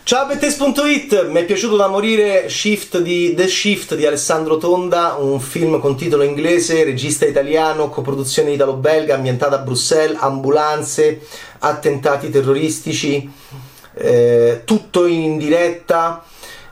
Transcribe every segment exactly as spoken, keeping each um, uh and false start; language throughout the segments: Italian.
Ciao Bettes punto it, mi è piaciuto da morire Shift di, The Shift di Alessandro Tonda, un film con titolo inglese, regista italiano, coproduzione italo-belga, ambientata a Bruxelles, ambulanze, attentati terroristici, eh, tutto in diretta,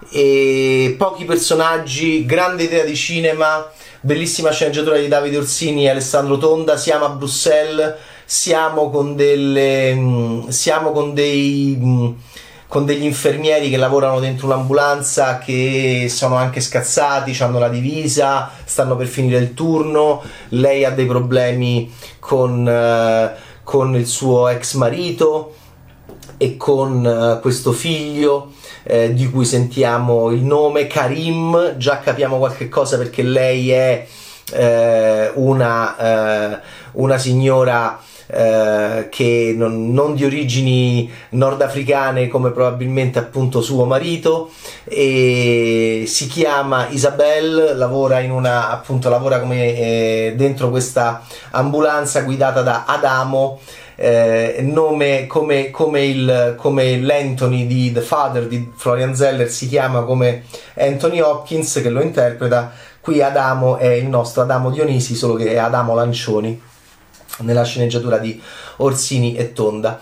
e pochi personaggi, grande idea di cinema, bellissima sceneggiatura di Davide Orsini e Alessandro Tonda. Siamo a Bruxelles, siamo con delle siamo con dei con degli infermieri che lavorano dentro un'ambulanza, che sono anche scazzati, hanno la divisa, stanno per finire il turno. Lei ha dei problemi con, eh, con il suo ex marito e con eh, questo figlio eh, di cui sentiamo il nome, Karim. Già capiamo qualche cosa perché lei è eh, una, eh, una signora Uh, che non, non di origini nordafricane come probabilmente appunto suo marito, e si chiama Isabelle, lavora in una appunto lavora come eh, dentro questa ambulanza guidata da Adamo, eh, nome come, come il come l'Anthony di The Father di Florian Zeller si chiama come Anthony Hopkins che lo interpreta. Qui Adamo è il nostro Adamo Dionisi, solo che è Adamo Lancioni nella sceneggiatura di Orsini e Tonda.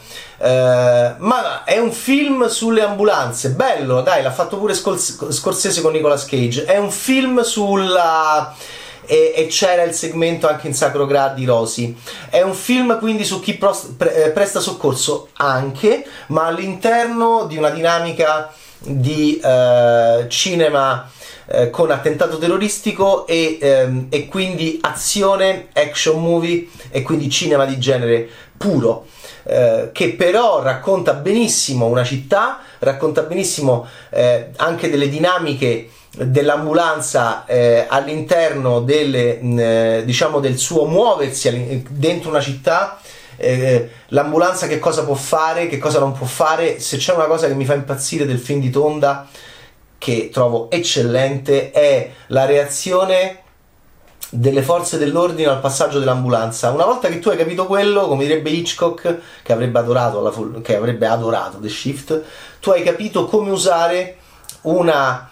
Eh, ma è un film sulle ambulanze, bello, dai, l'ha fatto pure Scorsese con Nicolas Cage. È un film sulla e, e c'era il segmento anche in Sacro Gra di Rosi. È un film quindi su chi pros, pre, presta soccorso anche, ma all'interno di una dinamica di eh, cinema Eh, con attentato terroristico e, ehm, e quindi azione, action movie e quindi cinema di genere puro, eh, che però racconta benissimo una città, racconta benissimo eh, anche delle dinamiche dell'ambulanza eh, all'interno delle, mh, diciamo del suo muoversi dentro una città. Eh, l'ambulanza che cosa può fare, che cosa non può fare. Se c'è una cosa che mi fa impazzire del film di Tonda, che trovo eccellente, è la reazione delle forze dell'ordine al passaggio dell'ambulanza. Una volta che tu hai capito quello, come direbbe Hitchcock, che avrebbe adorato, la, che avrebbe adorato The Shift, tu hai capito come usare una,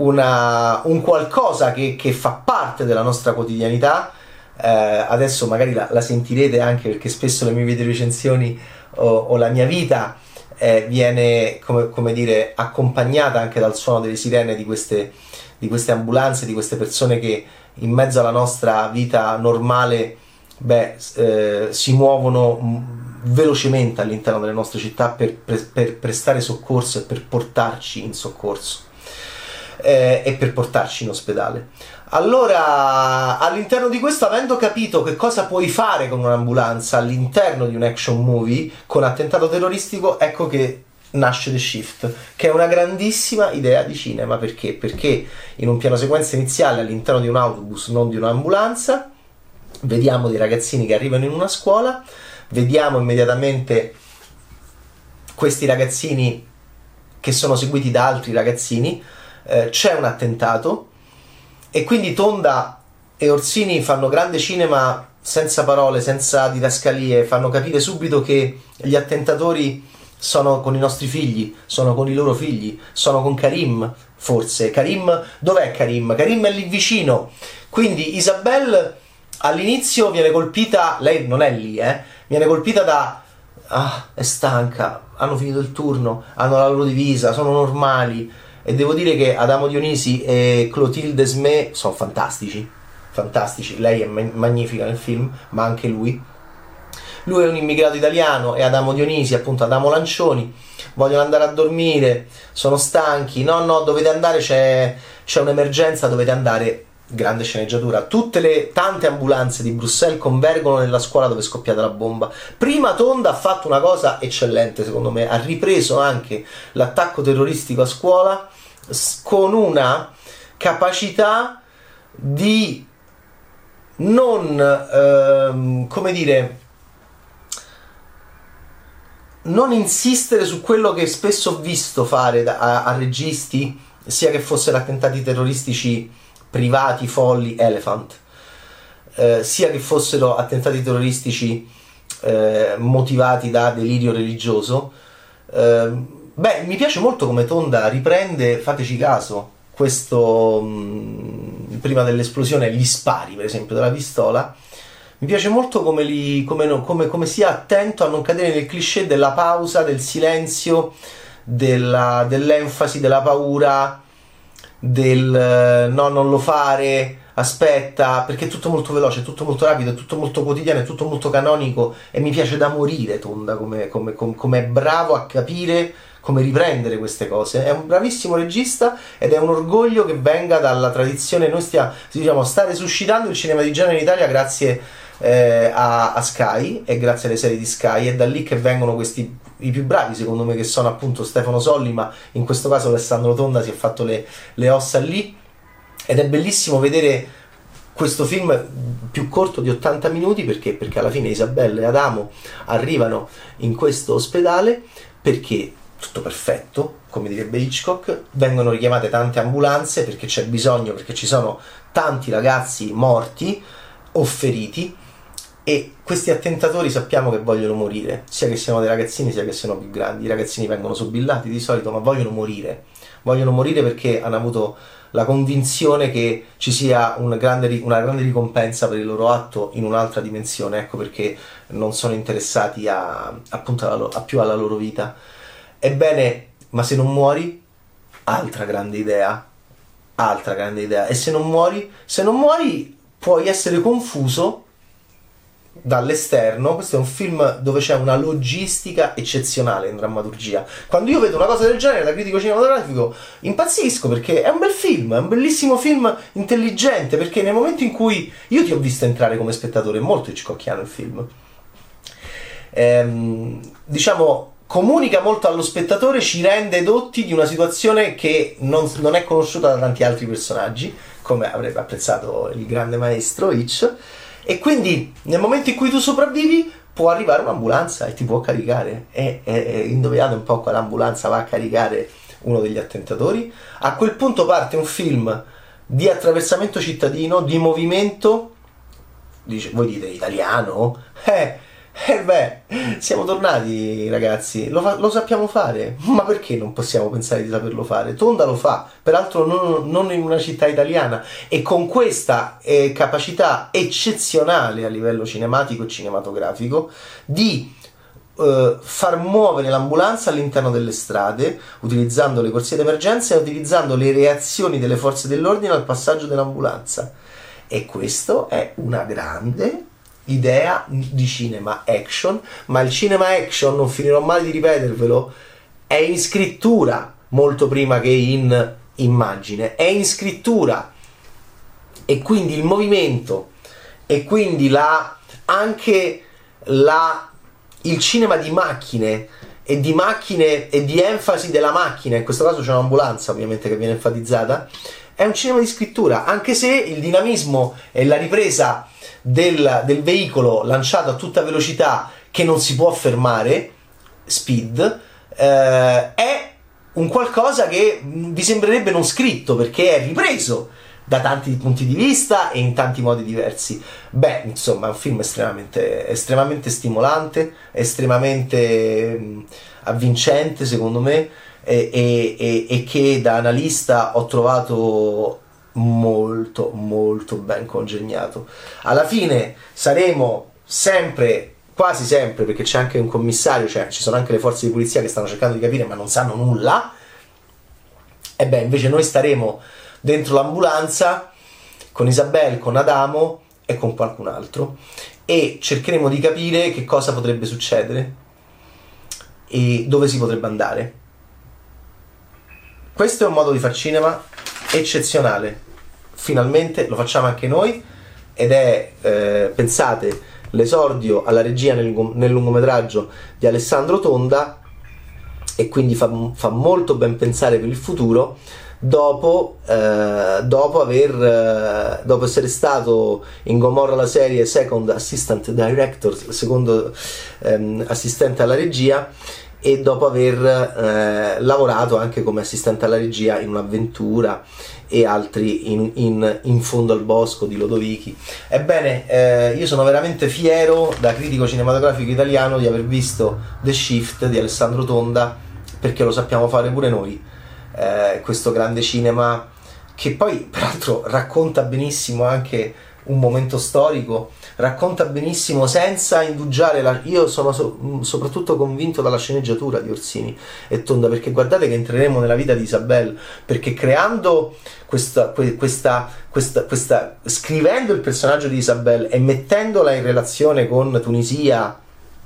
una, un qualcosa che, che fa parte della nostra quotidianità. Eh, adesso magari la, la sentirete anche perché spesso le mie video recensioni o, o la mia vita Eh, viene come, come dire accompagnata anche dal suono delle sirene di queste, di queste ambulanze, di queste persone che in mezzo alla nostra vita normale beh, eh, si muovono velocemente all'interno delle nostre città per, per, per prestare soccorso e per portarci in soccorso eh, e per portarci in ospedale. Allora, all'interno di questo, avendo capito che cosa puoi fare con un'ambulanza all'interno di un action movie con attentato terroristico, ecco che nasce The Shift, che è una grandissima idea di cinema. Perché? Perché in un piano sequenza iniziale all'interno di un autobus, non di un'ambulanza, vediamo dei ragazzini che arrivano in una scuola, vediamo immediatamente questi ragazzini che sono seguiti da altri ragazzini, eh, c'è un attentato. E quindi Tonda e Orsini fanno grande cinema senza parole, senza didascalie, fanno capire subito che gli attentatori sono con i nostri figli, sono con i loro figli, sono con Karim, forse. Karim, dov'è Karim? Karim è lì vicino. Quindi Isabelle all'inizio viene colpita, lei non è lì, eh, viene colpita da ah, è stanca, hanno finito il turno, hanno la loro divisa, sono normali. E devo dire che Adamo Dionisi e Clotilde Smé sono fantastici, fantastici. Lei è ma- magnifica nel film, ma anche lui. Lui è un immigrato italiano e Adamo Dionisi, appunto Adamo Lancioni, vogliono andare a dormire, sono stanchi, no no dovete andare, c'è, c'è un'emergenza, dovete andare. Grande sceneggiatura. Tutte le tante ambulanze di Bruxelles convergono nella scuola dove è scoppiata la bomba. Prima Tonda ha fatto una cosa eccellente, secondo me, ha ripreso anche l'attacco terroristico a scuola con una capacità di non ehm, come dire non insistere su quello che spesso ho visto fare da, a, a registi, sia che fossero attentati terroristici privati, folli, Elephant, eh, sia che fossero attentati terroristici eh, motivati da delirio religioso. Eh, Beh, mi piace molto come Tonda riprende, fateci caso, questo mh, prima dell'esplosione, gli spari per esempio della pistola. Mi piace molto come, li, come, no- come- come sia attento a non cadere nel cliché della pausa, del silenzio, della- dell'enfasi, della paura, del eh, no, non lo fare, aspetta, perché è tutto molto veloce, è tutto molto rapido, è tutto molto quotidiano, è tutto molto canonico e mi piace da morire Tonda come, come, come, come è bravo a capire come riprendere queste cose. È un bravissimo regista ed è un orgoglio che venga dalla tradizione. Noi stiamo, diciamo, sta resuscitando il cinema di genere in Italia grazie eh, a, a Sky e grazie alle serie di Sky. È da lì che vengono questi i più bravi, secondo me, che sono appunto Stefano Solli, ma in questo caso Alessandro Tonda si è fatto le, le ossa lì. Ed è bellissimo vedere questo film più corto di ottanta minuti, perché? Perché alla fine Isabella e Adamo arrivano in questo ospedale, perché tutto perfetto, come direbbe Hitchcock, vengono richiamate tante ambulanze perché c'è bisogno, perché ci sono tanti ragazzi morti o feriti e questi attentatori sappiamo che vogliono morire, sia che siano dei ragazzini sia che siano più grandi. I ragazzini vengono sobillati di solito, ma vogliono morire, vogliono morire perché hanno avuto la convinzione che ci sia una grande, una grande ricompensa per il loro atto in un'altra dimensione. Ecco perché non sono interessati a, appunto alla, a più alla loro vita. Ebbene, ma se non muori, altra grande idea, altra grande idea. E se non muori, se non muori puoi essere confuso dall'esterno. Questo è un film dove c'è una logistica eccezionale in drammaturgia. Quando io vedo una cosa del genere da critico cinematografico impazzisco, perché è un bel film, è un bellissimo film intelligente, perché nel momento in cui io ti ho visto entrare come spettatore, è molto Hitchcockiano il film, ehm, diciamo comunica molto allo spettatore, ci rende edotti di una situazione che non, non è conosciuta da tanti altri personaggi, come avrebbe apprezzato il grande maestro Hitch, e quindi nel momento in cui tu sopravvivi può arrivare un'ambulanza e ti può caricare. E, e, e indovinate un po' quale ambulanza va a caricare uno degli attentatori? A quel punto parte un film di attraversamento cittadino, di movimento. Dice, voi dite italiano? Eh, Eh beh, siamo tornati ragazzi, lo, fa- lo sappiamo fare, ma perché non possiamo pensare di saperlo fare? Tonda lo fa, peraltro non, non in una città italiana, e con questa eh, capacità eccezionale a livello cinematico e cinematografico di eh, far muovere l'ambulanza all'interno delle strade, utilizzando le corsie d'emergenza e utilizzando le reazioni delle forze dell'ordine al passaggio dell'ambulanza. E questo è una grande idea di cinema action, ma il cinema action, non finirò mai di ripetervelo, è in scrittura molto prima che in immagine, è in scrittura, e quindi il movimento e quindi la, anche la, il cinema di macchine e di macchine e di enfasi della macchina, in questo caso c'è un'ambulanza ovviamente che viene enfatizzata, è un cinema di scrittura, anche se il dinamismo e la ripresa Del, del veicolo lanciato a tutta velocità che non si può fermare, speed, eh, è un qualcosa che vi sembrerebbe non scritto perché è ripreso da tanti punti di vista e in tanti modi diversi. Beh, insomma, è un film estremamente, estremamente stimolante, estremamente mh, avvincente secondo me, e, e, e, e che da analista ho trovato molto molto ben congegnato. Alla fine saremo sempre, quasi sempre, perché c'è anche un commissario, cioè ci sono anche le forze di polizia che stanno cercando di capire ma non sanno nulla, e beh invece noi staremo dentro l'ambulanza con Isabel, con Adamo e con qualcun altro e cercheremo di capire che cosa potrebbe succedere e dove si potrebbe andare. Questo è un modo di far cinema eccezionale, finalmente lo facciamo anche noi, ed è, eh, pensate, l'esordio alla regia nel, nel lungometraggio di Alessandro Tonda, e quindi fa, fa molto ben pensare per il futuro, dopo, eh, dopo aver eh, dopo essere stato in Gomorra la serie Second Assistant Director, secondo ehm, assistente alla regia, e dopo aver eh, lavorato anche come assistente alla regia in Un'avventura e altri in, in, in fondo al bosco di Lodovichi. Ebbene, eh, io sono veramente fiero da critico cinematografico italiano di aver visto The Shift di Alessandro Tonda perché lo sappiamo fare pure noi, eh, questo grande cinema che poi peraltro racconta benissimo anche un momento storico, racconta benissimo senza indugiare la... Io sono so... soprattutto convinto dalla sceneggiatura di Orsini e Tonda, perché guardate che entreremo nella vita di Isabelle, perché creando questa, questa, questa, questa scrivendo il personaggio di Isabelle e mettendola in relazione con Tunisia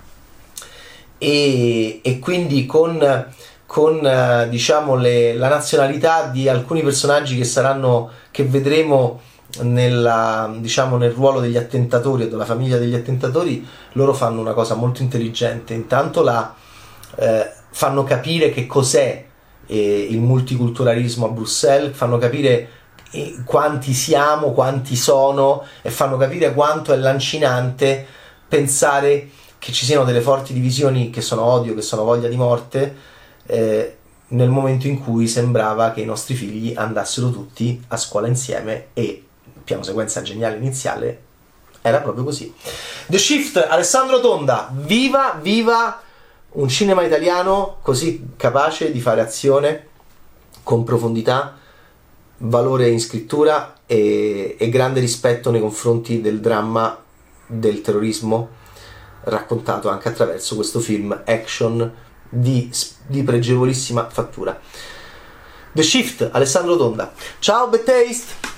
e, e quindi con, con diciamo le, la nazionalità di alcuni personaggi che saranno, che vedremo nella, diciamo, nel ruolo degli attentatori o della famiglia degli attentatori, loro fanno una cosa molto intelligente. Intanto la eh, fanno capire che cos'è eh, il multiculturalismo a Bruxelles, fanno capire eh, quanti siamo, quanti sono, e fanno capire quanto è lancinante pensare che ci siano delle forti divisioni che sono odio, che sono voglia di morte, eh, nel momento in cui sembrava che i nostri figli andassero tutti a scuola insieme, e piano sequenza geniale iniziale era proprio così. The Shift, Alessandro Tonda, viva, viva un cinema italiano così capace di fare azione con profondità, valore in scrittura e, e grande rispetto nei confronti del dramma del terrorismo, raccontato anche attraverso questo film action di, di pregevolissima fattura. The Shift, Alessandro Tonda. Ciao, Bad Taste!